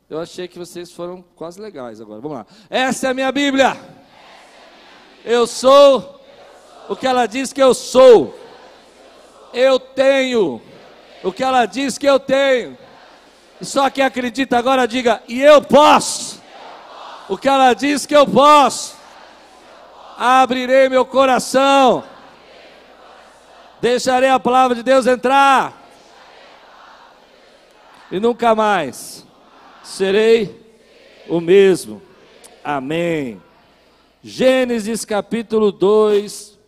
Eu achei que vocês foram quase legais agora. Vamos lá. Essa é a minha Bíblia. Eu sou o que ela diz que eu sou. Eu tenho o que ela diz que eu tenho. E só quem acredita agora diga: e eu posso o que ela diz que eu posso. Abrirei meu coração. Deixarei a palavra de Deus entrar. E nunca mais serei o mesmo. Amém. Gênesis capítulo 2.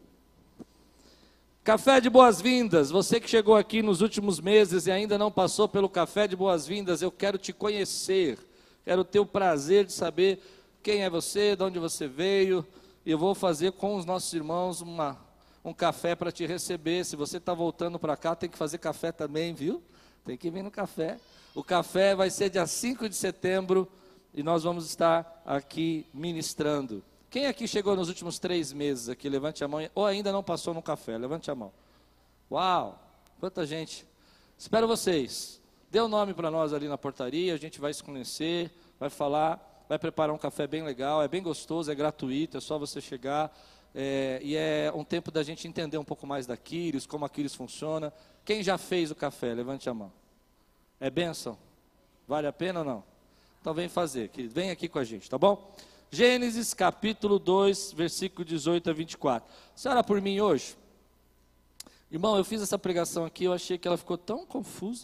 Café de boas-vindas. Você que chegou aqui nos últimos meses e ainda não passou pelo café de boas-vindas, eu quero te conhecer. Quero ter o prazer de saber quem é você, de onde você veio. E eu vou fazer com os nossos irmãos um café para te receber. Se você está voltando para cá, tem que fazer café também, viu? Tem que vir no café. O café vai ser dia 5 de setembro e nós vamos estar aqui ministrando. Quem aqui chegou nos últimos 3 meses aqui? Levante a mão. Ou ainda não passou no café? Levante a mão. Uau! Quanta gente. Espero vocês. Dê um nome para nós ali na portaria. A gente vai se conhecer, vai falar, vai preparar um café bem legal. É bem gostoso, é gratuito, é só você chegar. E é um tempo da gente entender um pouco mais da Quírios, como a Quírios funciona. Quem já fez o café? Levante a mão. É bênção? Vale a pena ou não? Então vem fazer, querido. Vem aqui com a gente, tá bom? Gênesis capítulo 2, versículo 18 a 24. Você ora por mim hoje? Irmão, eu fiz essa pregação aqui, eu achei que ela ficou tão confusa.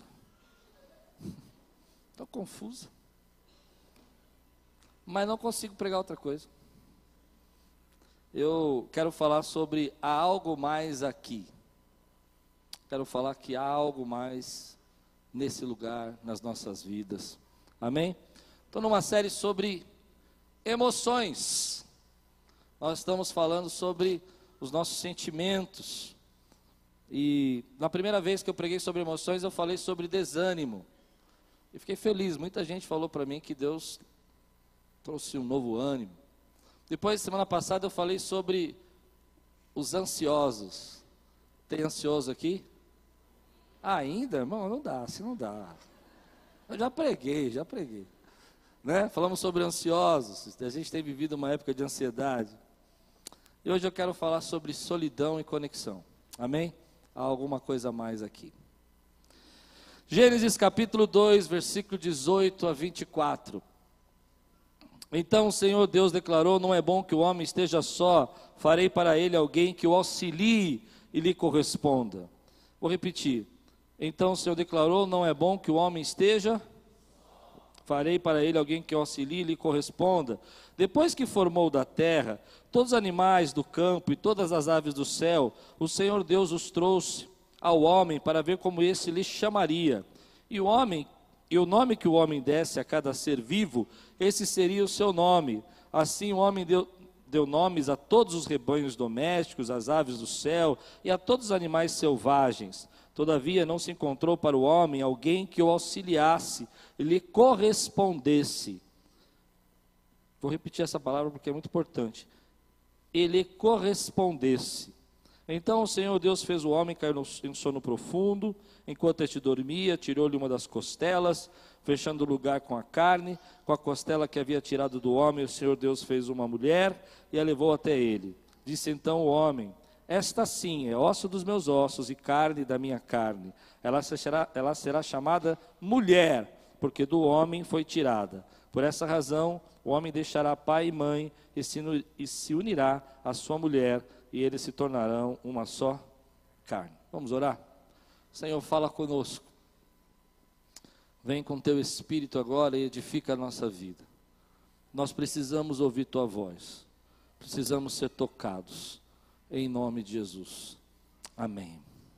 Tão confusa. Mas não consigo pregar outra coisa. Eu quero falar sobre há algo mais aqui. Quero falar que há algo mais nesse lugar, nas nossas vidas. Amém? Estou numa série sobre emoções. Nós estamos falando sobre os nossos sentimentos. E na primeira vez que eu preguei sobre emoções, eu falei sobre desânimo. E fiquei feliz. Muita gente falou para mim que Deus trouxe um novo ânimo. Depois, semana passada, eu falei sobre os ansiosos. Tem ansioso aqui? Ainda, irmão? Não dá, assim não dá. Eu já preguei. Né? Falamos sobre ansiosos. A gente tem vivido uma época de ansiedade. E hoje eu quero falar sobre solidão e conexão. Amém? Há alguma coisa a mais aqui. Gênesis capítulo 2, versículo 18 a 24. Então o Senhor Deus declarou: não é bom que o homem esteja só, farei para ele alguém que o auxilie e lhe corresponda. Vou repetir. Então o Senhor declarou: não é bom que o homem esteja, farei para ele alguém que o auxilie e lhe corresponda. Depois que formou da terra todos os animais do campo e todas as aves do céu, o Senhor Deus os trouxe ao homem para ver como esse lhe chamaria. E o nome que o homem desse a cada ser vivo, esse seria o seu nome. Assim o homem deu nomes a todos os rebanhos domésticos, às aves do céu e a todos os animais selvagens. Todavia não se encontrou para o homem alguém que o auxiliasse e lhe correspondesse. Vou repetir essa palavra porque é muito importante. Ele correspondesse. Então o Senhor Deus fez o homem cair em sono profundo. Enquanto este dormia, tirou-lhe uma das costelas, fechando o lugar com a carne. Com a costela que havia tirado do homem, o Senhor Deus fez uma mulher e a levou até ele. Disse então o homem: esta sim é osso dos meus ossos e carne da minha carne. Ela será chamada mulher, porque do homem foi tirada. Por essa razão, o homem deixará pai e mãe e se unirá à sua mulher, e eles se tornarão uma só carne. Vamos orar? Senhor, fala conosco. Vem com teu Espírito agora e edifica a nossa vida. Nós precisamos ouvir tua voz. Precisamos ser tocados. Em nome de Jesus. Amém.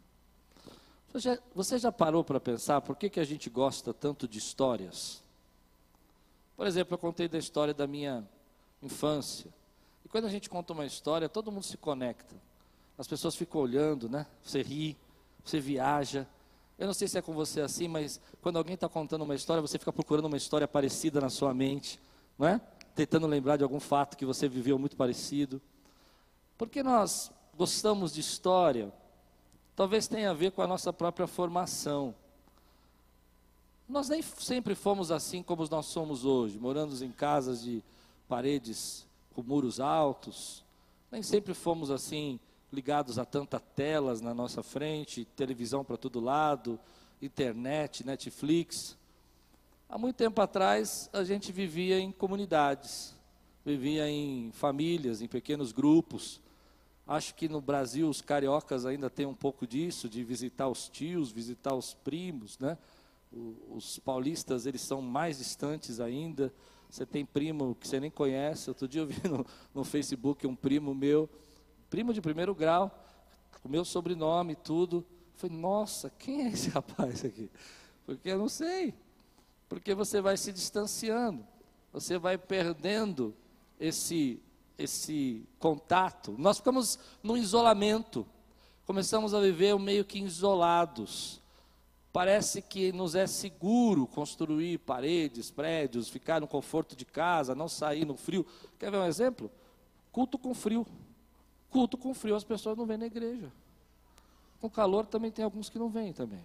Você já parou para pensar por que a gente gosta tanto de histórias? Por exemplo, eu contei da história da minha infância. E quando a gente conta uma história, todo mundo se conecta. As pessoas ficam olhando, né? Você ri, você viaja. Eu não sei se é com você assim, mas quando alguém está contando uma história, você fica procurando uma história parecida na sua mente, não é? Tentando lembrar de algum fato que você viveu muito parecido. Porque nós gostamos de história, talvez tenha a ver com a nossa própria formação. Nós nem sempre fomos assim como nós somos hoje, morando em casas de paredes com muros altos. Nem sempre fomos assim, ligados a tantas telas na nossa frente, televisão para todo lado, internet, Netflix. Há muito tempo atrás, a gente vivia em comunidades, vivia em famílias, em pequenos grupos. Acho que no Brasil os cariocas ainda têm um pouco disso, de visitar os tios, visitar os primos, né? Os paulistas, eles são mais distantes ainda. Você tem primo que você nem conhece. Outro dia eu vi no Facebook um primo meu, primo de primeiro grau, com o meu sobrenome e tudo. Eu falei, nossa, quem é esse rapaz aqui? Porque eu não sei. Porque você vai se distanciando, você vai perdendo esse contato. Nós ficamos no isolamento, começamos a viver meio que isolados. Parece que nos é seguro construir paredes, prédios, ficar no conforto de casa, não sair no frio. Quer ver um exemplo? Culto com frio. Culto com frio, as pessoas não vêm na igreja. Com calor também tem alguns que não vêm também.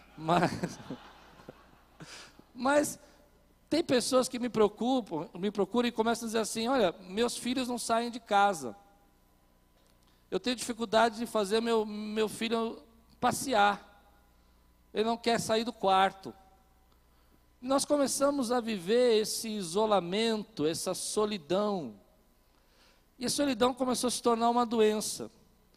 Mas tem pessoas que me procuram e começam a dizer assim, olha, meus filhos não saem de casa. Eu tenho dificuldade de fazer meu filho passear. Ele não quer sair do quarto. Nós começamos a viver esse isolamento, essa solidão. E a solidão começou a se tornar uma doença.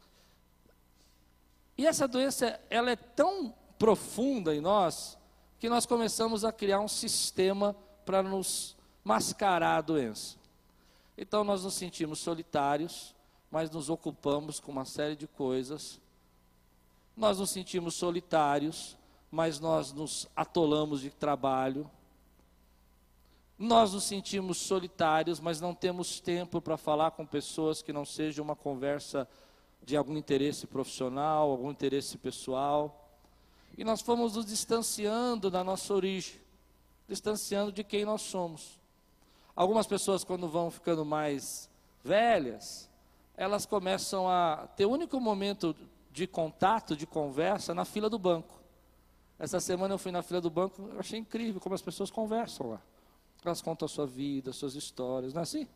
E essa doença, ela é tão profunda em nós, que nós começamos a criar um sistema para nos mascarar a doença. Então nós nos sentimos solitários, mas nos ocupamos com uma série de coisas. Nós nos sentimos solitários, mas nós nos atolamos de trabalho. Nós nos sentimos solitários, mas não temos tempo para falar com pessoas que não seja uma conversa de algum interesse profissional, algum interesse pessoal. E nós fomos nos distanciando da nossa origem, distanciando de quem nós somos. Algumas pessoas, quando vão ficando mais velhas, elas começam a ter o único momento de contato, de conversa, na fila do banco. Essa semana eu fui na fila do banco, eu achei incrível como as pessoas conversam lá. Elas contam a sua vida, suas histórias, não é assim?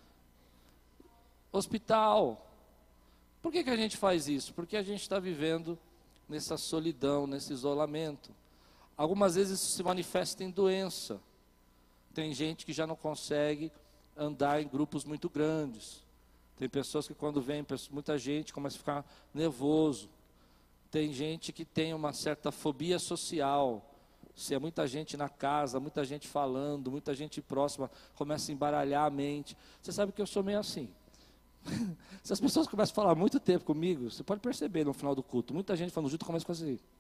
Hospital. Por que a gente faz isso? Porque a gente está vivendo nessa solidão, nesse isolamento. Algumas vezes isso se manifesta em doença. Tem gente que já não consegue andar em grupos muito grandes. Tem pessoas que quando vem muita gente começa a ficar nervoso. Tem gente que tem uma certa fobia social. Se é muita gente na casa, muita gente falando, muita gente próxima, começa a embaralhar a mente. Você sabe que eu sou meio assim. Se as pessoas começam a falar muito tempo comigo, você pode perceber no final do culto, muita gente falando junto começa a fazer assim.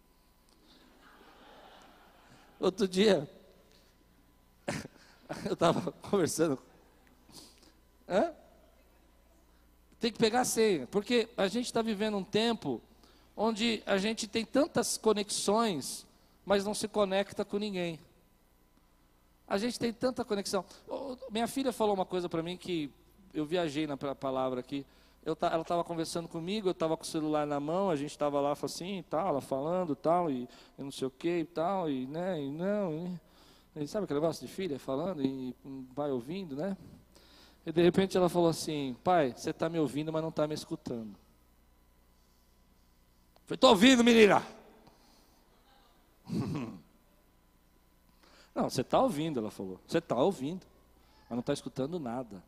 Outro dia, eu estava conversando. Tem que pegar a senha, porque a gente está vivendo um tempo onde a gente tem tantas conexões, mas não se conecta com ninguém. A gente tem tanta conexão. Minha filha falou uma coisa para mim que eu viajei na palavra aqui. Ela estava conversando comigo, eu estava com o celular na mão, a gente estava lá assim e tal, ela falando tal, e eu não sei o que e tal, e né, e não, e sabe aquele negócio de filha falando e vai ouvindo, né? E de repente ela falou assim, pai, você está me ouvindo, mas não está me escutando. Eu falei, estou ouvindo, menina! Não, você está ouvindo, ela falou, você está ouvindo, mas não está escutando nada.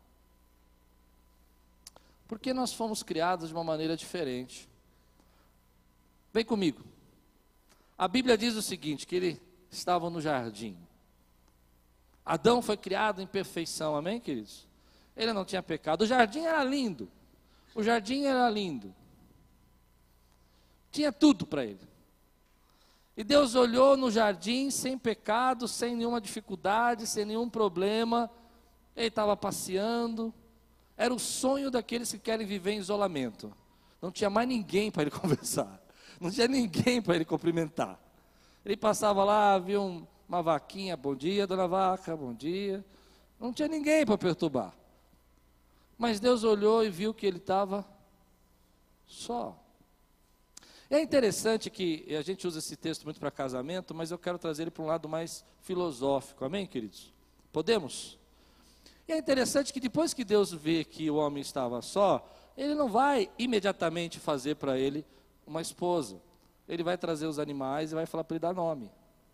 Porque nós fomos criados de uma maneira diferente. Vem comigo. A Bíblia diz o seguinte, que eles estavam no jardim. Adão foi criado em perfeição, amém, queridos? Ele não tinha pecado. O jardim era lindo. O jardim era lindo. Tinha tudo para ele. E Deus olhou no jardim sem pecado, sem nenhuma dificuldade, sem nenhum problema. Ele estava passeando. Era o sonho daqueles que querem viver em isolamento. Não tinha mais ninguém para ele conversar. Não tinha ninguém para ele cumprimentar. Ele passava lá, via uma vaquinha, bom dia, dona vaca, bom dia. Não tinha ninguém para perturbar. Mas Deus olhou e viu que ele estava só. É interessante que a gente usa esse texto muito para casamento, mas eu quero trazer ele para um lado mais filosófico, amém, queridos? Podemos? E é interessante que depois que Deus vê que o homem estava só, Ele não vai imediatamente fazer para ele uma esposa. Ele vai trazer os animais e vai falar para ele dar nome.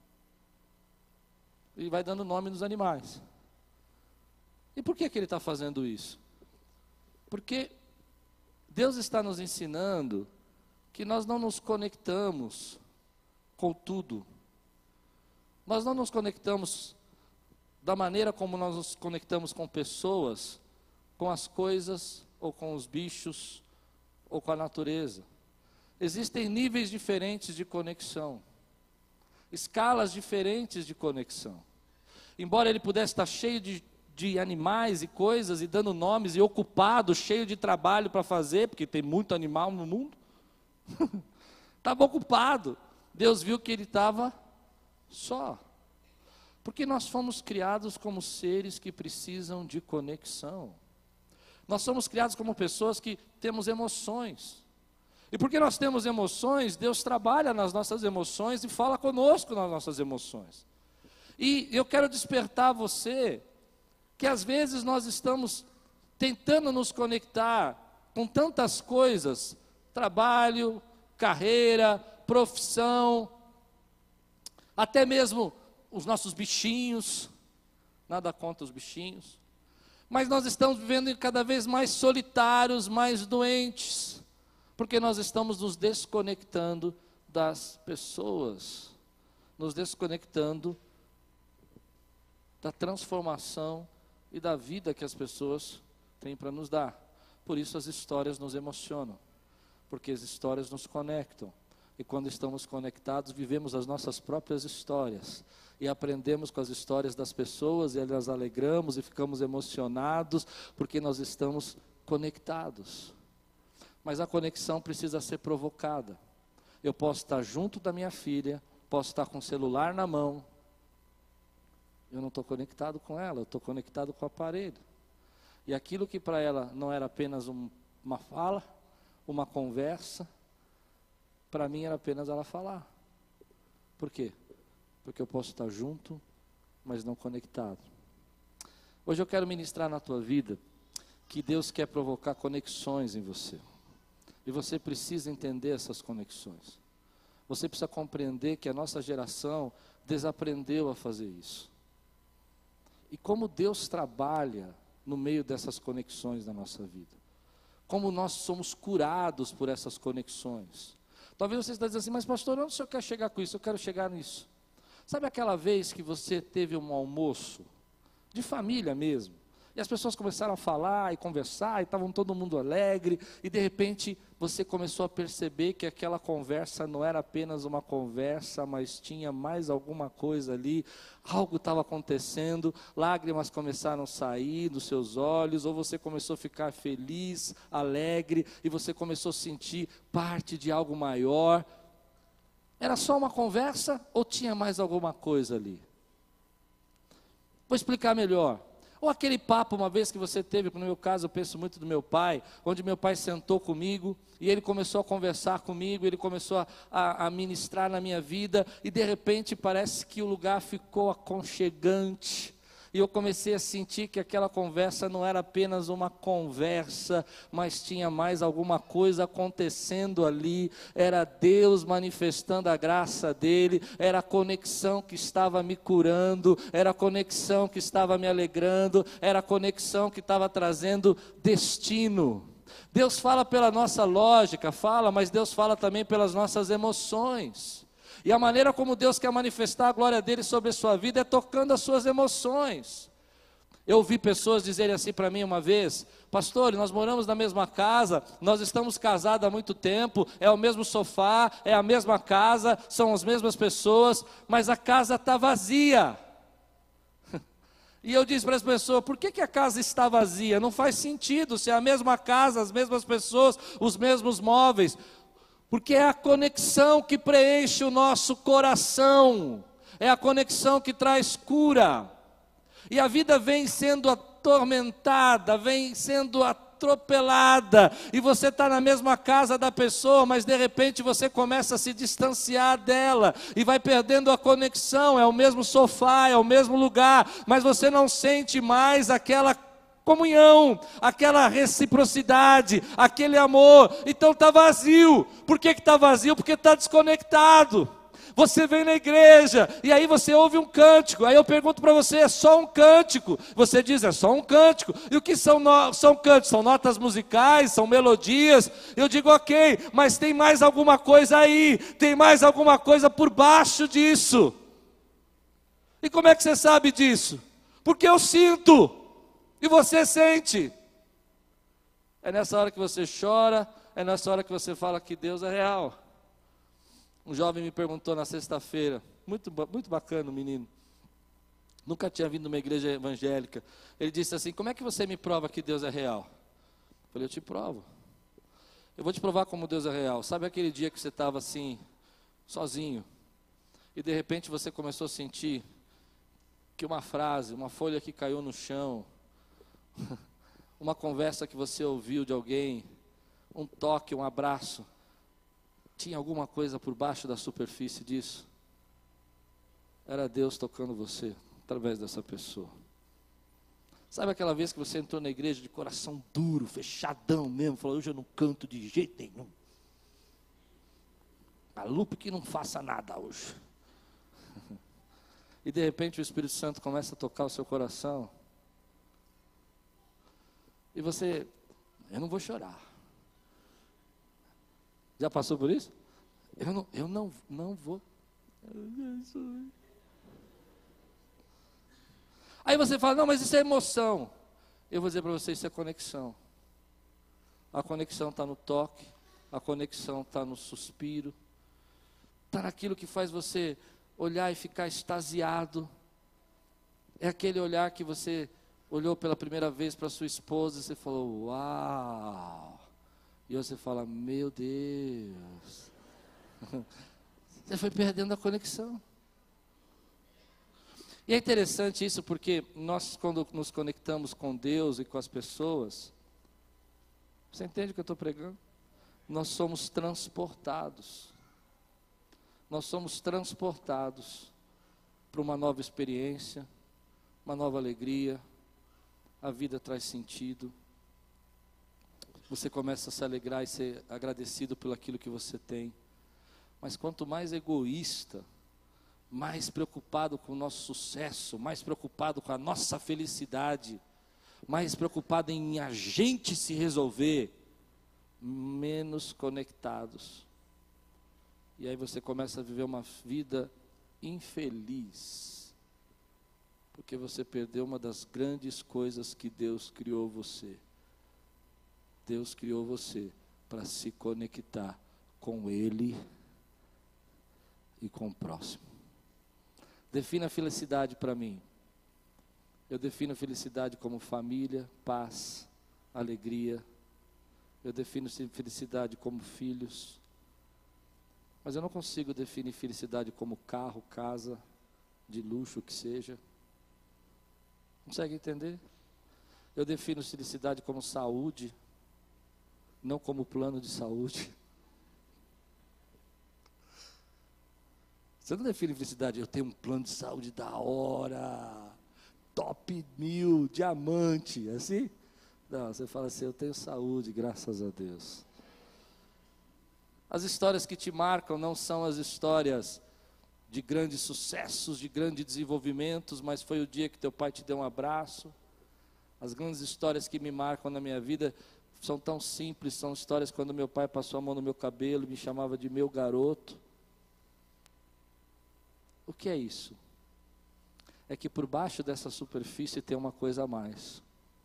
Ele vai dando nome nos animais. E por que ele está fazendo isso? Porque Deus está nos ensinando que nós não nos conectamos com tudo. Nós não nos conectamos da maneira como nós nos conectamos com pessoas, com as coisas, ou com os bichos, ou com a natureza. Existem níveis diferentes de conexão, escalas diferentes de conexão. Embora ele pudesse estar cheio de animais e coisas, e dando nomes, e ocupado, cheio de trabalho para fazer, porque tem muito animal no mundo, estava ocupado. Deus viu que ele estava só. Porque nós fomos criados como seres que precisam de conexão. Nós somos criados como pessoas que temos emoções. E porque nós temos emoções, Deus trabalha nas nossas emoções e fala conosco nas nossas emoções. E eu quero despertar você, que às vezes nós estamos tentando nos conectar com tantas coisas, trabalho, carreira, profissão, até mesmo os nossos bichinhos, nada contra os bichinhos, mas nós estamos vivendo cada vez mais solitários, mais doentes, porque nós estamos nos desconectando das pessoas, nos desconectando da transformação e da vida que as pessoas têm para nos dar. Por isso as histórias nos emocionam, porque as histórias nos conectam. E quando estamos conectados, vivemos as nossas próprias histórias. E aprendemos com as histórias das pessoas, e nós alegramos e ficamos emocionados, porque nós estamos conectados. Mas a conexão precisa ser provocada. Eu posso estar junto da minha filha, posso estar com o celular na mão. Eu não estou conectado com ela, eu estou conectado com o aparelho. E aquilo que para ela não era apenas uma fala, uma conversa, para mim era apenas ela falar. Por quê? Porque eu posso estar junto, mas não conectado. Hoje eu quero ministrar na tua vida que Deus quer provocar conexões em você. E você precisa entender essas conexões. Você precisa compreender que a nossa geração desaprendeu a fazer isso. E como Deus trabalha no meio dessas conexões na nossa vida. Como nós somos curados por essas conexões. Talvez você esteja dizendo assim, mas pastor, onde o senhor quer chegar com isso? Eu quero chegar nisso. Sabe aquela vez que você teve um almoço, de família mesmo, e as pessoas começaram a falar e conversar, e estavam todo mundo alegre, e de repente você começou a perceber que aquela conversa não era apenas uma conversa, mas tinha mais alguma coisa ali, algo estava acontecendo, lágrimas começaram a sair dos seus olhos, ou você começou a ficar feliz, alegre, e você começou a sentir parte de algo maior. Era só uma conversa ou tinha mais alguma coisa ali? Vou explicar melhor. Ou aquele papo uma vez que você teve, no meu caso eu penso muito do meu pai, onde meu pai sentou comigo e ele começou a conversar comigo, ele começou a ministrar na minha vida e de repente parece que o lugar ficou aconchegante. E eu comecei a sentir que aquela conversa não era apenas uma conversa, mas tinha mais alguma coisa acontecendo ali. Era Deus manifestando a graça dele, era a conexão que estava me curando, era a conexão que estava me alegrando, era a conexão que estava trazendo destino. Deus fala pela nossa lógica, fala, mas Deus fala também pelas nossas emoções. E a maneira como Deus quer manifestar a glória dele sobre a sua vida é tocando as suas emoções. Eu ouvi pessoas dizerem assim para mim uma vez, pastor, nós moramos na mesma casa, nós estamos casados há muito tempo, é o mesmo sofá, é a mesma casa, são as mesmas pessoas, mas a casa está vazia. E eu disse para as pessoas, por que a casa está vazia? Não faz sentido, se é a mesma casa, as mesmas pessoas, os mesmos móveis. Porque é a conexão que preenche o nosso coração, é a conexão que traz cura. E a vida vem sendo atormentada, vem sendo atropelada, e você está na mesma casa da pessoa, mas de repente você começa a se distanciar dela, e vai perdendo a conexão, é o mesmo sofá, é o mesmo lugar, mas você não sente mais aquela comunhão, aquela reciprocidade, aquele amor, então está vazio. Por que está vazio? Porque está desconectado. Você vem na igreja, e aí você ouve um cântico, aí eu pergunto para você, é só um cântico? Você diz, é só um cântico. E o que são cânticos? São notas musicais, são melodias. Eu digo, ok, mas tem mais alguma coisa aí, tem mais alguma coisa por baixo disso. E como é que você sabe disso? Porque eu sinto. E você sente. É nessa hora que você chora, é nessa hora que você fala que Deus é real. Um jovem me perguntou na sexta-feira, muito bacana o menino, nunca tinha vindo numa igreja evangélica. Ele disse assim, como é que você me prova que Deus é real? Eu falei, eu te provo. Eu vou te provar como Deus é real. Sabe aquele dia que você estava assim, sozinho, e de repente você começou a sentir que uma frase, uma folha que caiu no chão, uma conversa que você ouviu de alguém, um toque, um abraço, tinha alguma coisa por baixo da superfície disso? Era Deus tocando você, através dessa pessoa. Sabe aquela vez que você entrou na igreja de coração duro, fechadão mesmo, falou, hoje eu não canto de jeito nenhum. A Lupe que não faça nada hoje. E de repente o Espírito Santo começa a tocar o seu coração. E você, eu não vou chorar. Já passou por isso? Eu não vou. Aí você fala, não, mas isso é emoção. Eu vou dizer para você, isso é conexão. A conexão está no toque, a conexão está no suspiro, está naquilo que faz você olhar e ficar extasiado. É aquele olhar que você olhou pela primeira vez para sua esposa e você falou, uau! E você fala, meu Deus. Você foi perdendo a conexão. E é interessante isso porque nós, quando nos conectamos com Deus e com as pessoas, você entende o que eu estou pregando? Nós somos transportados. Nós somos transportados para uma nova experiência, uma nova alegria. A vida traz sentido. Você começa a se alegrar e ser agradecido pelo aquilo que você tem. Mas quanto mais egoísta, mais preocupado com o nosso sucesso, mais preocupado com a nossa felicidade, mais preocupado em a gente se resolver, menos conectados. E aí você começa a viver uma vida infeliz, porque você perdeu uma das grandes coisas que Deus criou você. Deus criou você para se conectar com Ele e com o próximo. Defina a felicidade para mim. Eu defino a felicidade como família, paz, alegria. Eu defino felicidade como filhos. Mas eu não consigo definir felicidade como carro, casa, de luxo, o que seja. Consegue entender? Eu defino felicidade como saúde, não como plano de saúde. Você não define felicidade, eu tenho um plano de saúde da hora, top 1000, diamante, assim? Não, você fala assim, eu tenho saúde, graças a Deus. As histórias que te marcam não são as histórias de grandes sucessos, de grandes desenvolvimentos, mas foi o dia que teu pai te deu um abraço. As grandes histórias que me marcam na minha vida são tão simples, são histórias quando meu pai passou a mão no meu cabelo e me chamava de meu garoto. O que é isso? É que por baixo dessa superfície tem uma coisa a mais.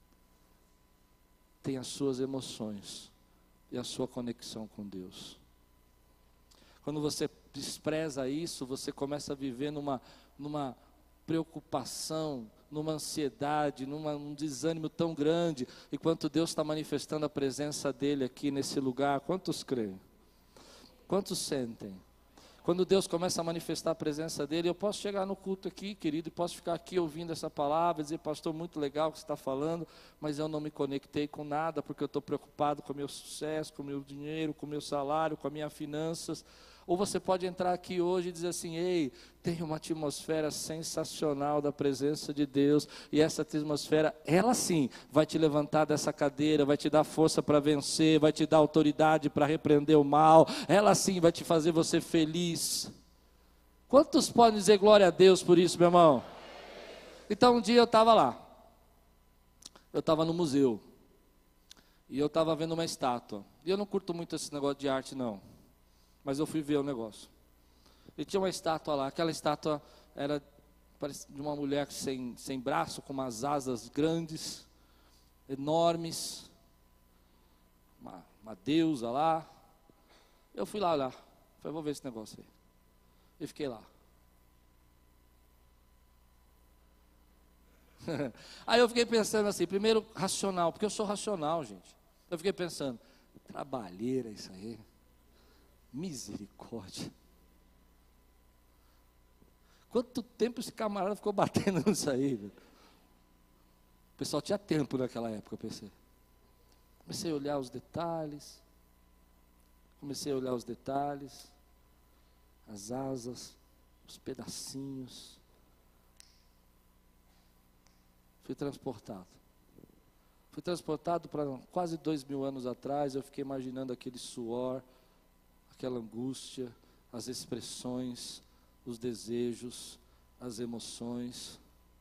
Tem as suas emoções e a sua conexão com Deus. Quando você despreza isso, você começa a viver numa preocupação, numa ansiedade, num desânimo tão grande, enquanto Deus está manifestando a presença dEle aqui nesse lugar. Quantos creem? Quantos sentem? Quando Deus começa a manifestar a presença dele, eu posso chegar no culto aqui, querido, e posso ficar aqui ouvindo essa palavra, dizer, pastor, muito legal o que você está falando, mas eu não me conectei com nada, porque eu estou preocupado com o meu sucesso, com o meu dinheiro, com o meu salário, com as minhas finanças. Ou você pode entrar aqui hoje e dizer assim, ei, tem uma atmosfera sensacional da presença de Deus, e essa atmosfera, ela sim, vai te levantar dessa cadeira, vai te dar força para vencer, vai te dar autoridade para repreender o mal, ela sim vai te fazer você feliz. Quantos podem dizer glória a Deus por isso, meu irmão? Então um dia eu estava lá, eu estava no museu, e eu estava vendo uma estátua, e eu não curto muito esse negócio de arte não, mas eu fui ver o negócio. E tinha uma estátua lá, aquela estátua era de uma mulher sem braço, com umas asas grandes, enormes, uma deusa lá. Eu fui lá olhar, falei, vou ver esse negócio aí. E fiquei lá. Aí eu fiquei pensando assim, primeiro racional, porque eu sou racional, gente. Eu fiquei pensando, trabalheira isso aí. Misericórdia. Quanto tempo esse camarada ficou batendo nisso aí? Velho? O pessoal tinha tempo naquela época, eu pensei. Comecei a olhar os detalhes. As asas, os pedacinhos. Fui transportado. Fui transportado para quase 2000 anos atrás. Eu fiquei imaginando aquele suor, aquela angústia, as expressões, os desejos, as emoções.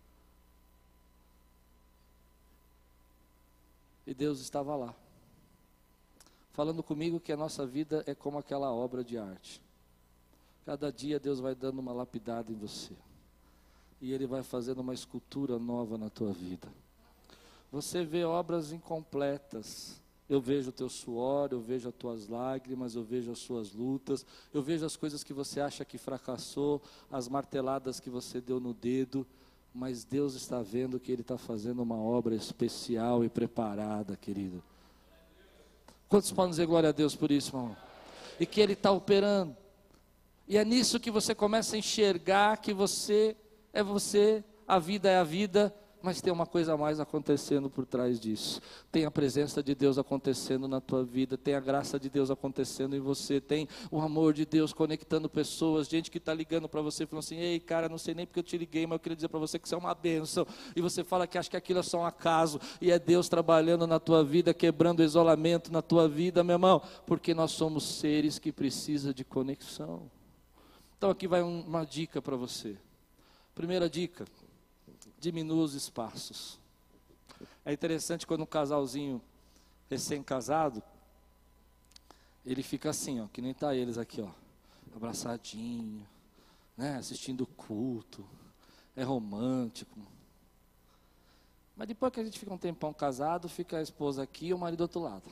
E Deus estava lá, falando comigo que a nossa vida é como aquela obra de arte. Cada dia Deus vai dando uma lapidada em você, e Ele vai fazendo uma escultura nova na tua vida. Você vê obras incompletas. Eu vejo o teu suor, eu vejo as tuas lágrimas, eu vejo as suas lutas, eu vejo as coisas que você acha que fracassou, as marteladas que você deu no dedo, mas Deus está vendo que Ele está fazendo uma obra especial e preparada, querido. Quantos podem dizer glória a Deus por isso, irmão? E que Ele está operando. E é nisso que você começa a enxergar que você é você, a vida é a vida, mas tem uma coisa a mais acontecendo por trás disso. Tem a presença de Deus acontecendo na tua vida, tem a graça de Deus acontecendo em você, tem o amor de Deus conectando pessoas, gente que está ligando para você, falando assim, ei cara, não sei nem porque eu te liguei, mas eu queria dizer para você que isso é uma bênção, e você fala que acha que aquilo é só um acaso, e é Deus trabalhando na tua vida, quebrando o isolamento na tua vida, meu irmão, porque nós somos seres que precisam de conexão. Então aqui vai uma dica para você. Primeira dica, diminua os espaços. É interessante quando um casalzinho recém-casado, ele fica assim, ó, que nem tá eles aqui, ó, abraçadinho, né, assistindo o culto, é romântico. Mas depois que a gente fica um tempão casado, fica a esposa aqui e o marido do outro lado.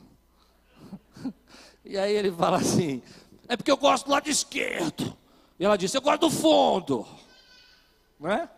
E aí ele fala assim, é porque eu gosto do lado esquerdo. E ela disse, eu gosto do fundo. Não é?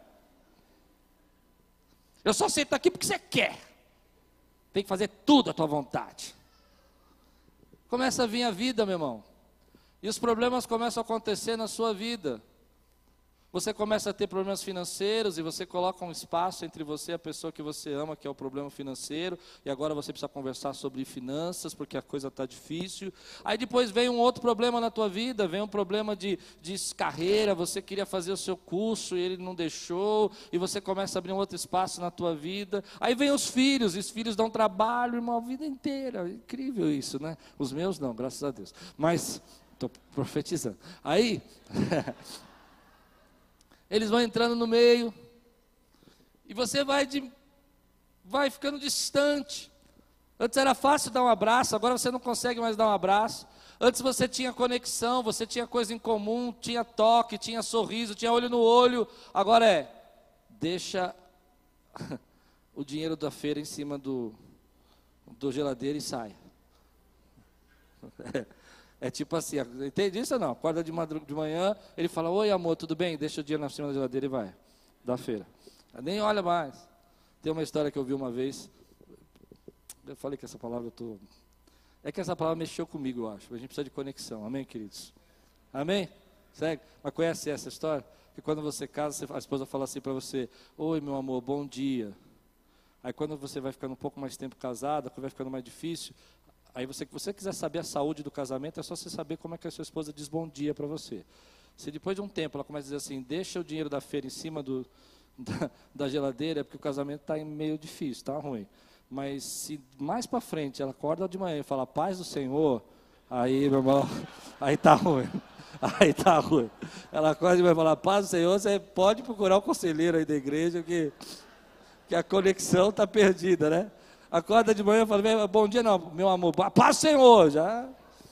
Eu só sento aqui porque você quer. Tem que fazer tudo à tua vontade. Começa a vir a vida, meu irmão. E os problemas começam a acontecer na sua vida. Você começa a ter problemas financeiros e você coloca um espaço entre você e a pessoa que você ama, que é o problema financeiro, e agora você precisa conversar sobre finanças, porque a coisa está difícil. Aí depois vem um outro problema na tua vida, vem um problema de carreira, você queria fazer o seu curso e ele não deixou, e você começa a abrir um outro espaço na tua vida. Aí vem os filhos, e os filhos dão trabalho, irmão, a vida inteira. Incrível isso, né? Os meus não, graças a Deus. Mas, estou profetizando. Aí... eles vão entrando no meio, e você vai ficando distante. Antes era fácil dar um abraço, agora você não consegue mais dar um abraço. Antes você tinha conexão, você tinha coisa em comum, tinha toque, tinha sorriso, tinha olho no olho. Agora deixa o dinheiro da feira em cima do geladeira e sai. É tipo assim, entende isso ou não? Acorda de manhã, ele fala, oi amor, tudo bem? Deixa o dinheiro na cima da geladeira e vai, da feira. Nem olha mais. Tem uma história que eu vi uma vez, eu falei que essa palavra é que essa palavra mexeu comigo, eu acho. A gente precisa de conexão, amém, queridos? Amém? Segue? Mas conhece essa história? Que quando você casa, a esposa fala assim para você: oi, meu amor, bom dia. Aí quando você vai ficando um pouco mais tempo casada, quando vai ficando mais difícil, aí se você quiser saber a saúde do casamento, é só você saber como é que a sua esposa diz bom dia para você. Se depois de um tempo ela começa a dizer assim, deixa o dinheiro da feira em cima da geladeira, é porque o casamento está meio difícil, está ruim. Mas se mais para frente ela acorda de manhã e fala, paz do Senhor, aí, meu irmão, aí está ruim. Aí está ruim. Ela acorda e vai falar, paz do Senhor, você pode procurar o conselheiro aí da igreja, que a conexão está perdida, né? Acorda de manhã e fala, bom dia não, meu amor, paz do Senhor, já.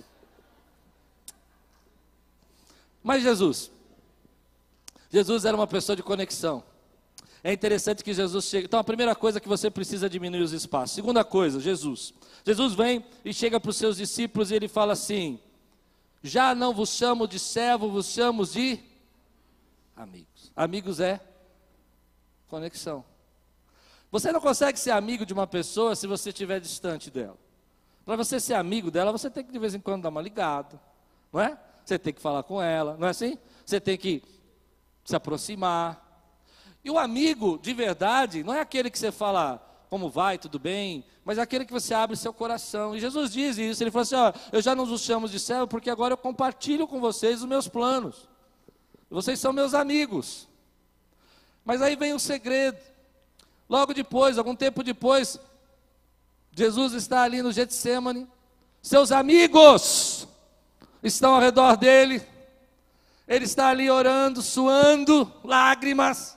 Mas Jesus era uma pessoa de conexão. É interessante que Jesus chega. Então a primeira coisa é que você precisa diminuir os espaços. Segunda coisa, Jesus vem e chega para os seus discípulos e ele fala assim, já não vos chamo de servo, vos chamo de amigos. Amigos é conexão. Você não consegue ser amigo de uma pessoa se você estiver distante dela. Para você ser amigo dela, você tem que de vez em quando dar uma ligada, não é? Você tem que falar com ela, não é assim? Você tem que se aproximar. E o amigo de verdade não é aquele que você fala, como vai, tudo bem, mas é aquele que você abre seu coração. E Jesus diz isso, ele falou assim, ó, eu já não os chamo de servo, porque agora eu compartilho com vocês os meus planos. Vocês são meus amigos. Mas aí vem o segredo. Logo depois, algum tempo depois, Jesus está ali no Getsêmani, seus amigos estão ao redor dele, ele está ali orando, suando, lágrimas,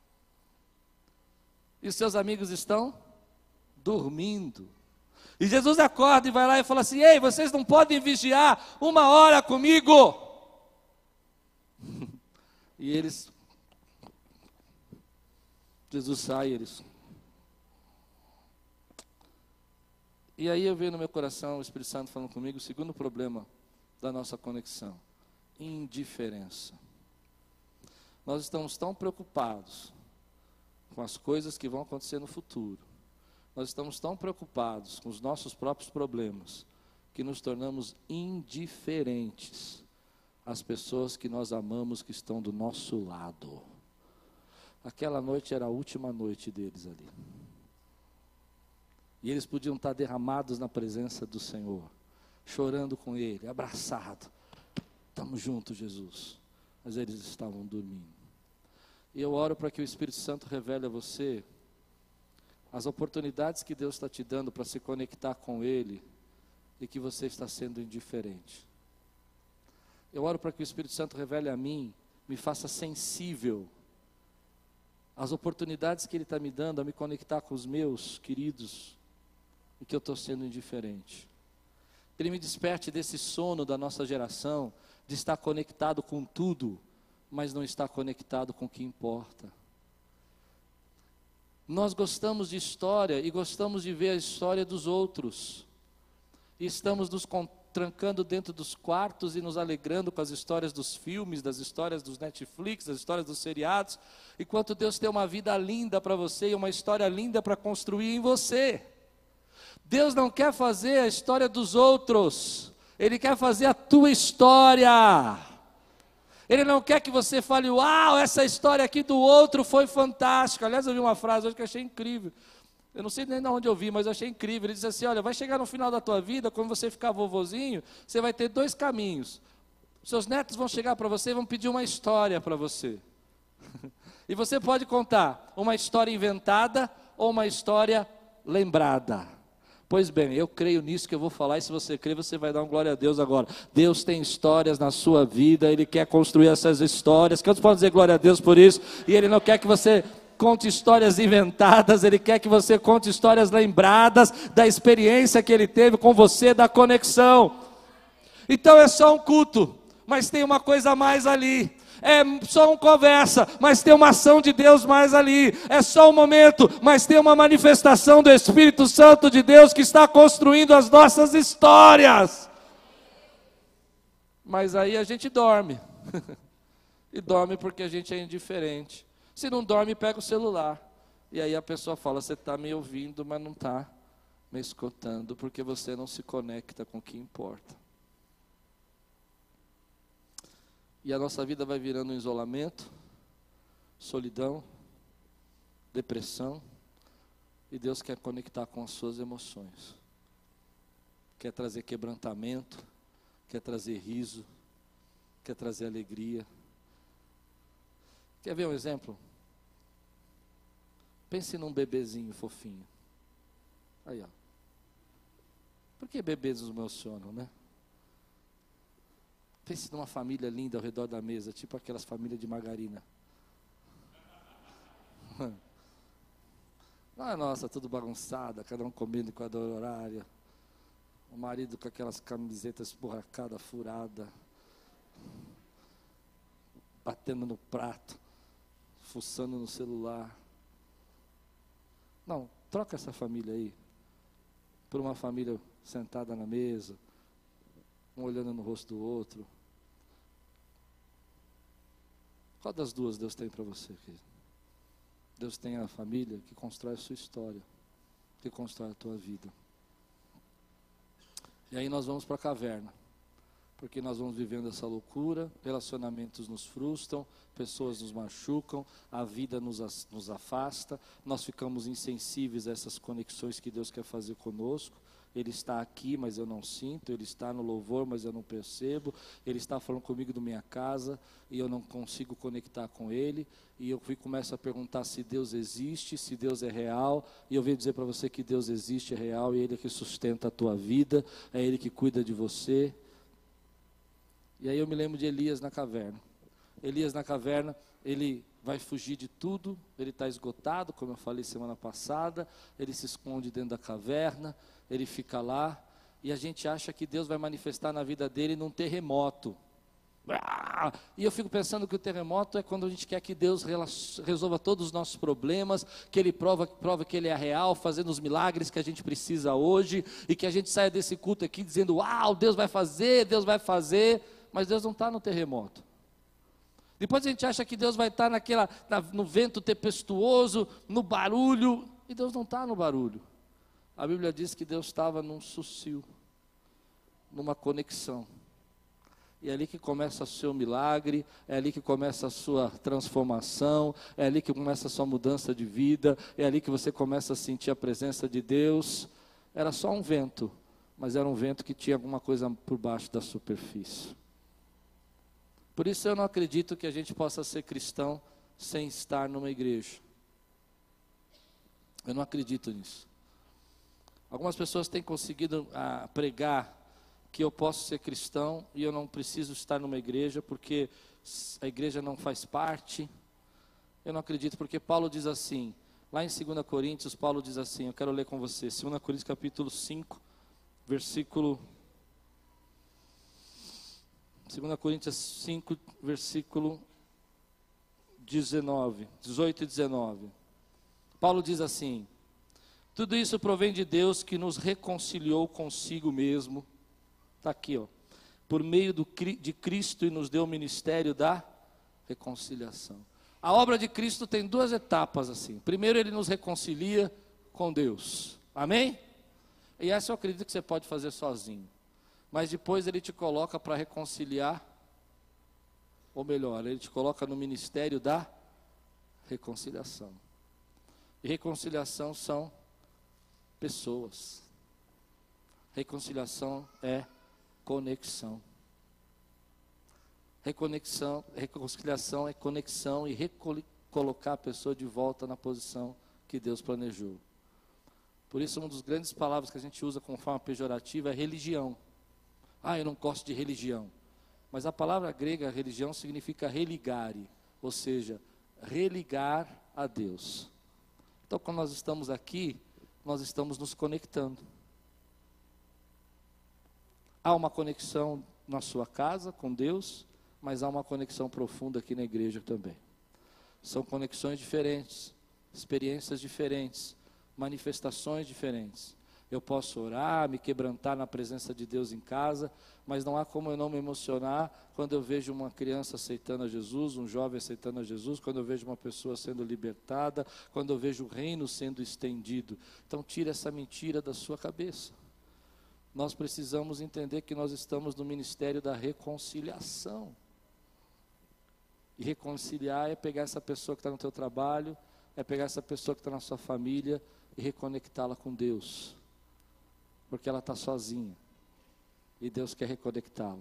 e os seus amigos estão dormindo. E Jesus acorda e vai lá e fala assim, ei, vocês não podem vigiar 1 hora comigo? E eles, Jesus sai, eles... E aí eu vejo no meu coração o Espírito Santo falando comigo, o segundo problema da nossa conexão, indiferença. Nós estamos tão preocupados com as coisas que vão acontecer no futuro, nós estamos tão preocupados com os nossos próprios problemas, que nos tornamos indiferentes às pessoas que nós amamos, que estão do nosso lado. Aquela noite era a última noite deles ali. E eles podiam estar derramados na presença do Senhor, chorando com Ele, abraçado. Estamos juntos, Jesus. Mas eles estavam dormindo. E eu oro para que o Espírito Santo revele a você as oportunidades que Deus está te dando para se conectar com Ele e que você está sendo indiferente. Eu oro para que o Espírito Santo revele a mim, me faça sensível às oportunidades que Ele está me dando a me conectar com os meus queridos e que eu estou sendo indiferente. Ele me desperte desse sono da nossa geração, de estar conectado com tudo, mas não estar conectado com o que importa. Nós gostamos de história e gostamos de ver a história dos outros. E estamos nos trancando dentro dos quartos e nos alegrando com as histórias dos filmes, das histórias dos Netflix, das histórias dos seriados, enquanto Deus tem uma vida linda para você e uma história linda para construir em você. Deus não quer fazer a história dos outros, Ele quer fazer a tua história. Ele não quer que você fale, uau, essa história aqui do outro foi fantástica. Aliás, eu vi uma frase hoje que eu achei incrível. Eu não sei nem de onde eu vi, mas eu achei incrível. Ele disse assim, olha, vai chegar no final da tua vida, quando você ficar vovozinho, você vai ter 2 caminhos. Seus netos vão chegar para você e vão pedir uma história para você. E você pode contar uma história inventada ou uma história lembrada. Pois bem, eu creio nisso que eu vou falar, e se você crê, você vai dar um glória a Deus agora. Deus tem histórias na sua vida, Ele quer construir essas histórias. Quantos podem dizer glória a Deus por isso? E Ele não quer que você conte histórias inventadas, Ele quer que você conte histórias lembradas da experiência que Ele teve com você, da conexão. Então é só um culto, mas tem uma coisa a mais ali. É só uma conversa, mas tem uma ação de Deus mais ali. É só um momento, mas tem uma manifestação do Espírito Santo de Deus que está construindo as nossas histórias. Mas aí a gente dorme. E dorme porque a gente é indiferente. Se não dorme, pega o celular. E aí a pessoa fala, você está me ouvindo, mas não está me escutando, porque você não se conecta com o que importa. E a nossa vida vai virando um isolamento, solidão, depressão. E Deus quer conectar com as suas emoções. Quer trazer quebrantamento, quer trazer riso, quer trazer alegria. Quer ver um exemplo? Pense num bebezinho fofinho. Aí, ó. Por que bebês nos emocionam, né? Pense numa família linda ao redor da mesa, tipo aquelas famílias de margarina. Não é nossa, tudo bagunçada, cada um comendo com a hora horária. O marido com aquelas camisetas esburracadas, furadas, batendo no prato, fuçando no celular. Não, troca essa família aí por uma família sentada na mesa, um olhando no rosto do outro. Qual das duas Deus tem para você, querido? Deus tem a família que constrói a sua história, que constrói a tua vida. E aí nós vamos para a caverna, porque nós vamos vivendo essa loucura, relacionamentos nos frustram, pessoas nos machucam, a vida nos afasta, nós ficamos insensíveis a essas conexões que Deus quer fazer conosco. Ele está aqui, mas eu não sinto. Ele está no louvor, mas eu não percebo. Ele está falando comigo da minha casa e eu não consigo conectar com Ele. E eu começo a perguntar se Deus existe, se Deus é real. E eu venho dizer para você que Deus existe, é real, e Ele é que sustenta a tua vida, é Ele que cuida de você. E aí eu me lembro de Elias na caverna. Elias na caverna, ele vai fugir de tudo, ele está esgotado, como eu falei semana passada, ele se esconde dentro da caverna, ele fica lá, e a gente acha que Deus vai manifestar na vida dele num terremoto. E eu fico pensando que o terremoto é quando a gente quer que Deus resolva todos os nossos problemas, que Ele prova que Ele é real, fazendo os milagres que a gente precisa hoje, e que a gente saia desse culto aqui dizendo, uau, Deus vai fazer, mas Deus não está no terremoto. Depois a gente acha que Deus vai estar no vento tempestuoso, no barulho, e Deus não está no barulho. A Bíblia diz que Deus estava num sussurro, numa conexão. E é ali que começa o seu milagre, é ali que começa a sua transformação, é ali que começa a sua mudança de vida, é ali que você começa a sentir a presença de Deus. Era só um vento, mas era um vento que tinha alguma coisa por baixo da superfície. Por isso eu não acredito que a gente possa ser cristão sem estar numa igreja. Eu não acredito nisso. Algumas pessoas têm conseguido pregar que eu posso ser cristão e eu não preciso estar numa igreja porque a igreja não faz parte. Eu não acredito, porque Paulo diz assim, lá em 2 Coríntios, Paulo diz assim, eu quero ler com você, 2 Coríntios capítulo 5, versículo... 2 Coríntios 5, versículo 18 e 19. Paulo diz assim, tudo isso provém de Deus que nos reconciliou consigo mesmo, está aqui, ó, por meio de Cristo e nos deu o ministério da reconciliação. A obra de Cristo tem duas etapas assim. Primeiro ele nos reconcilia com Deus, amém? E essa eu acredito que você pode fazer sozinho. Mas depois ele te coloca para reconciliar, ou melhor, ele te coloca no ministério da reconciliação. E reconciliação são pessoas. Reconciliação é conexão. Reconciliação é conexão e recolocar a pessoa de volta na posição que Deus planejou. Por isso, uma das grandes palavras que a gente usa como forma pejorativa é religião. Eu não gosto de religião. Mas a palavra grega, religião, significa religare, ou seja, religar a Deus. Então, quando nós estamos aqui, nós estamos nos conectando. Há uma conexão na sua casa com Deus, mas há uma conexão profunda aqui na igreja também. São conexões diferentes, experiências diferentes, manifestações diferentes. Eu posso orar, me quebrantar na presença de Deus em casa, mas não há como eu não me emocionar quando eu vejo uma criança aceitando a Jesus, um jovem aceitando a Jesus, quando eu vejo uma pessoa sendo libertada, quando eu vejo o reino sendo estendido. Então tira essa mentira da sua cabeça. Nós precisamos entender que nós estamos no ministério da reconciliação. E reconciliar é pegar essa pessoa que está no teu trabalho, é pegar essa pessoa que está na sua família e reconectá-la com Deus. Porque ela está sozinha. E Deus quer reconectá-la.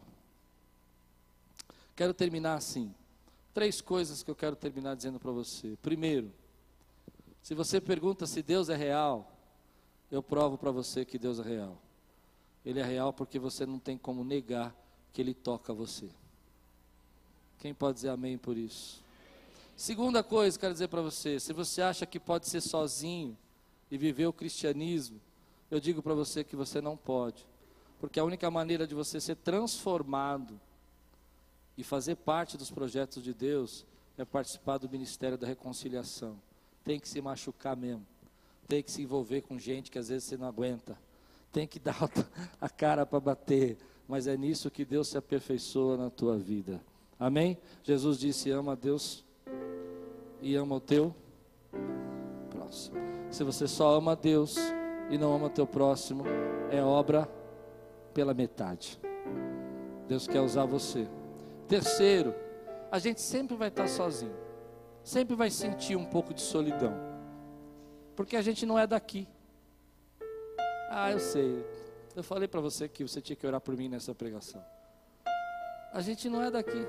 Quero terminar assim. 3 coisas que eu quero terminar dizendo para você. Primeiro, se você pergunta se Deus é real, eu provo para você que Deus é real. Ele é real porque você não tem como negar que Ele toca você. Quem pode dizer amém por isso? Segunda coisa que eu quero dizer para você, se você acha que pode ser sozinho e viver o cristianismo, eu digo para você que você não pode. Porque a única maneira de você ser transformado e fazer parte dos projetos de Deus é participar do ministério da reconciliação. Tem que se machucar mesmo. Tem que se envolver com gente que às vezes você não aguenta. Tem que dar a cara para bater. Mas é nisso que Deus se aperfeiçoa na tua vida. Amém? Jesus disse, ama a Deus e ama o teu próximo. Se você só ama a Deus e não ama o teu próximo, é obra pela metade. Deus quer usar você. Terceiro, a gente sempre vai estar sozinho. Sempre vai sentir um pouco de solidão. Porque a gente não é daqui. Eu sei. Eu falei para você que você tinha que orar por mim nessa pregação. A gente não é daqui.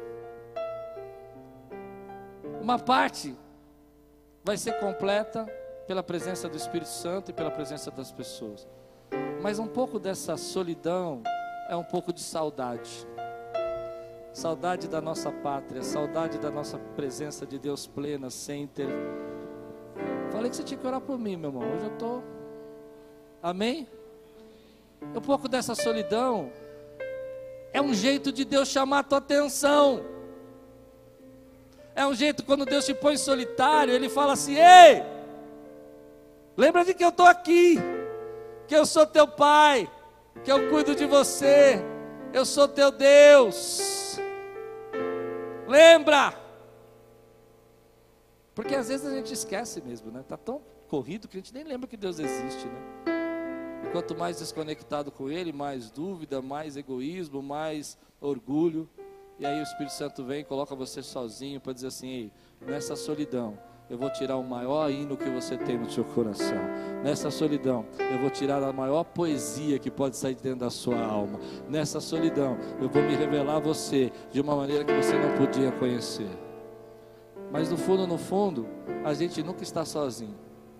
Uma parte vai ser completa pela presença do Espírito Santo e pela presença das pessoas. Mas um pouco dessa solidão é um pouco de saudade. Saudade da nossa pátria, saudade da nossa presença de Deus plena, sem ter... Falei que você tinha que orar por mim, meu irmão. Hoje eu estou... Amém? Um pouco dessa solidão é um jeito de Deus chamar a tua atenção. É um jeito quando Deus te põe solitário, Ele fala assim, ei, lembra de que eu estou aqui, que eu sou teu pai, que eu cuido de você, eu sou teu Deus. Lembra? Porque às vezes a gente esquece mesmo, né? Está tão corrido que a gente nem lembra que Deus existe, né? E quanto mais desconectado com Ele, mais dúvida, mais egoísmo, mais orgulho. E aí o Espírito Santo vem e coloca você sozinho para dizer assim, ei, nessa solidão, eu vou tirar o maior hino que você tem no seu coração. Nessa solidão, eu vou tirar a maior poesia que pode sair dentro da sua alma. Nessa solidão, eu vou me revelar a você de uma maneira que você não podia conhecer. Mas no fundo, a gente nunca está sozinho.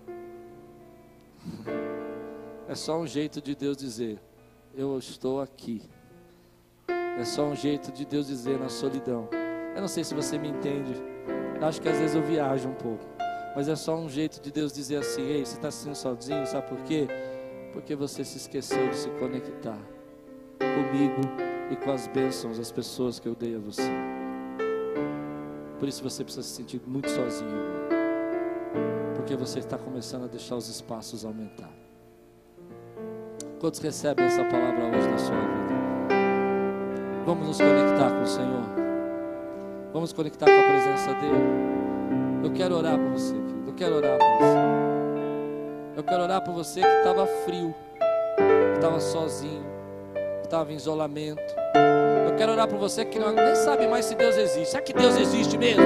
É só um jeito de Deus dizer, eu estou aqui. É só um jeito de Deus dizer na solidão. Eu não sei se você me entende. Acho que às vezes eu viajo um pouco. Mas é só um jeito de Deus dizer assim, ei, você está se sentindo sozinho, sabe por quê? Porque você se esqueceu de se conectar comigo e com as bênçãos das pessoas que eu dei a você. Por isso você precisa se sentir muito sozinho agora. Porque você está começando a deixar os espaços aumentar. Quantos recebem essa palavra hoje na sua vida? Vamos nos conectar com o Senhor. Vamos conectar com a presença dEle. Eu quero orar por você, querido. Eu quero orar por você. Eu quero orar por você que estava frio, que estava sozinho, que estava em isolamento. Eu quero orar por você que nem sabe mais se Deus existe. Será que Deus existe mesmo?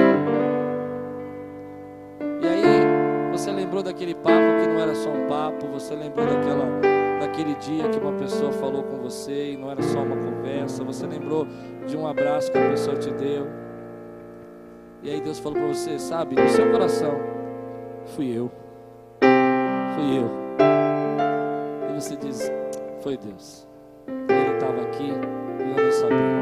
E aí, você lembrou daquele papo que não era só um papo. Você lembrou daquele dia que uma pessoa falou com você e não era só uma conversa. Você lembrou de um abraço que a pessoa te deu. E aí Deus falou para você, sabe, no seu coração, fui eu. E você diz, foi Deus. Ele estava aqui e eu não sabia.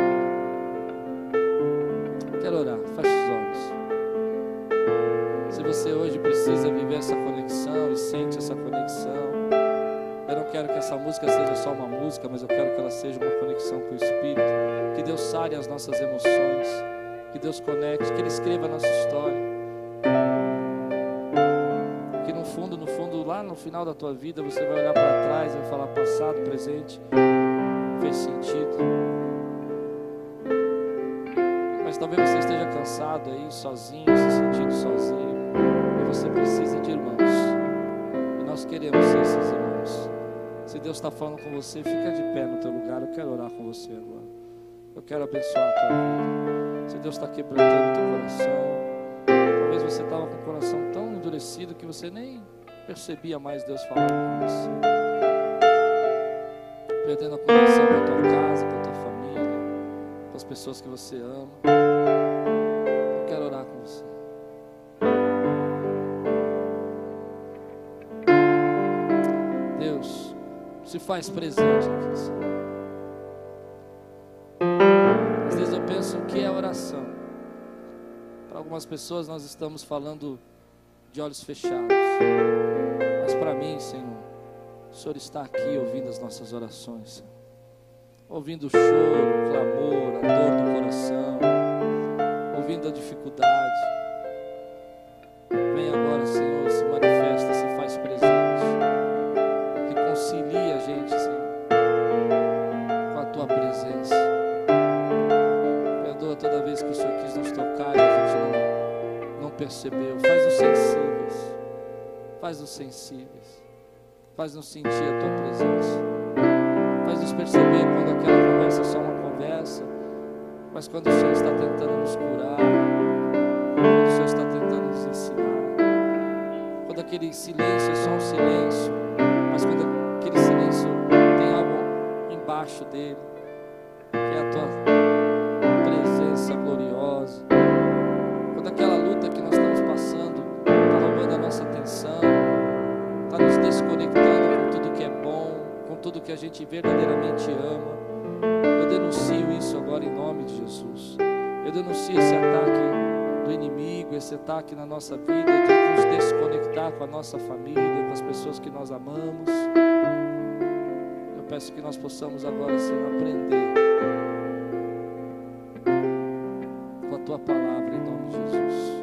Quero orar, feche os olhos. Se você hoje precisa viver essa conexão e sente essa conexão, eu não quero que essa música seja só uma música, mas eu quero que ela seja uma conexão com o Espírito. Que Deus sare as nossas emoções, que Deus conecte, que Ele escreva a nossa história. Que no fundo, lá no final da tua vida, você vai olhar para trás e vai falar passado, presente, fez sentido. Mas talvez você esteja cansado aí, sozinho, se sentindo sozinho, e você precisa de irmãos. E nós queremos ser esses irmãos. Se Deus está falando com você, fica de pé no teu lugar. Eu quero orar com você agora. Eu quero abençoar a tua vida. Se Deus está quebrantando o teu coração, talvez você estava com o coração tão endurecido que você nem percebia mais Deus falando com você, perdendo a conexão com a tua casa, com a tua família, com as pessoas que você ama. Eu quero orar com você. Deus, se faz presente aqui, Senhor. Às vezes eu penso o que é oração. Para algumas pessoas nós estamos falando de olhos fechados, mas para mim, Senhor, o Senhor está aqui ouvindo as nossas orações, Senhor. Ouvindo o choro, o clamor, a dor do coração, ouvindo a dificuldade. Vem agora, Senhor, se manifesta, se faz presente, reconcilia a gente, Senhor, com a tua presença. Perdoa toda vez que o Senhor quis nos tocar e a gente não percebeu. Faz-nos sensíveis, faz-nos sensíveis, faz-nos sentir a tua presença, faz-nos perceber quando aquela conversa é só uma conversa, mas quando o Senhor está tentando nos curar, quando o Senhor está tentando nos ensinar, quando aquele silêncio é só um silêncio, mas quando aquele silêncio tem algo embaixo dele, que é a tua presença gloriosa. Quando aquela luta que nós estamos passando está roubando a nossa atenção, está nos desconectando com tudo que é bom, com tudo que a gente verdadeiramente ama, eu denuncio isso agora em nome de Jesus. Eu denuncio esse ataque do inimigo, esse ataque na nossa vida, de nos desconectar com a nossa família, com as pessoas que nós amamos. Eu peço que nós possamos agora, Senhor, aprender com a tua palavra em nome de Jesus.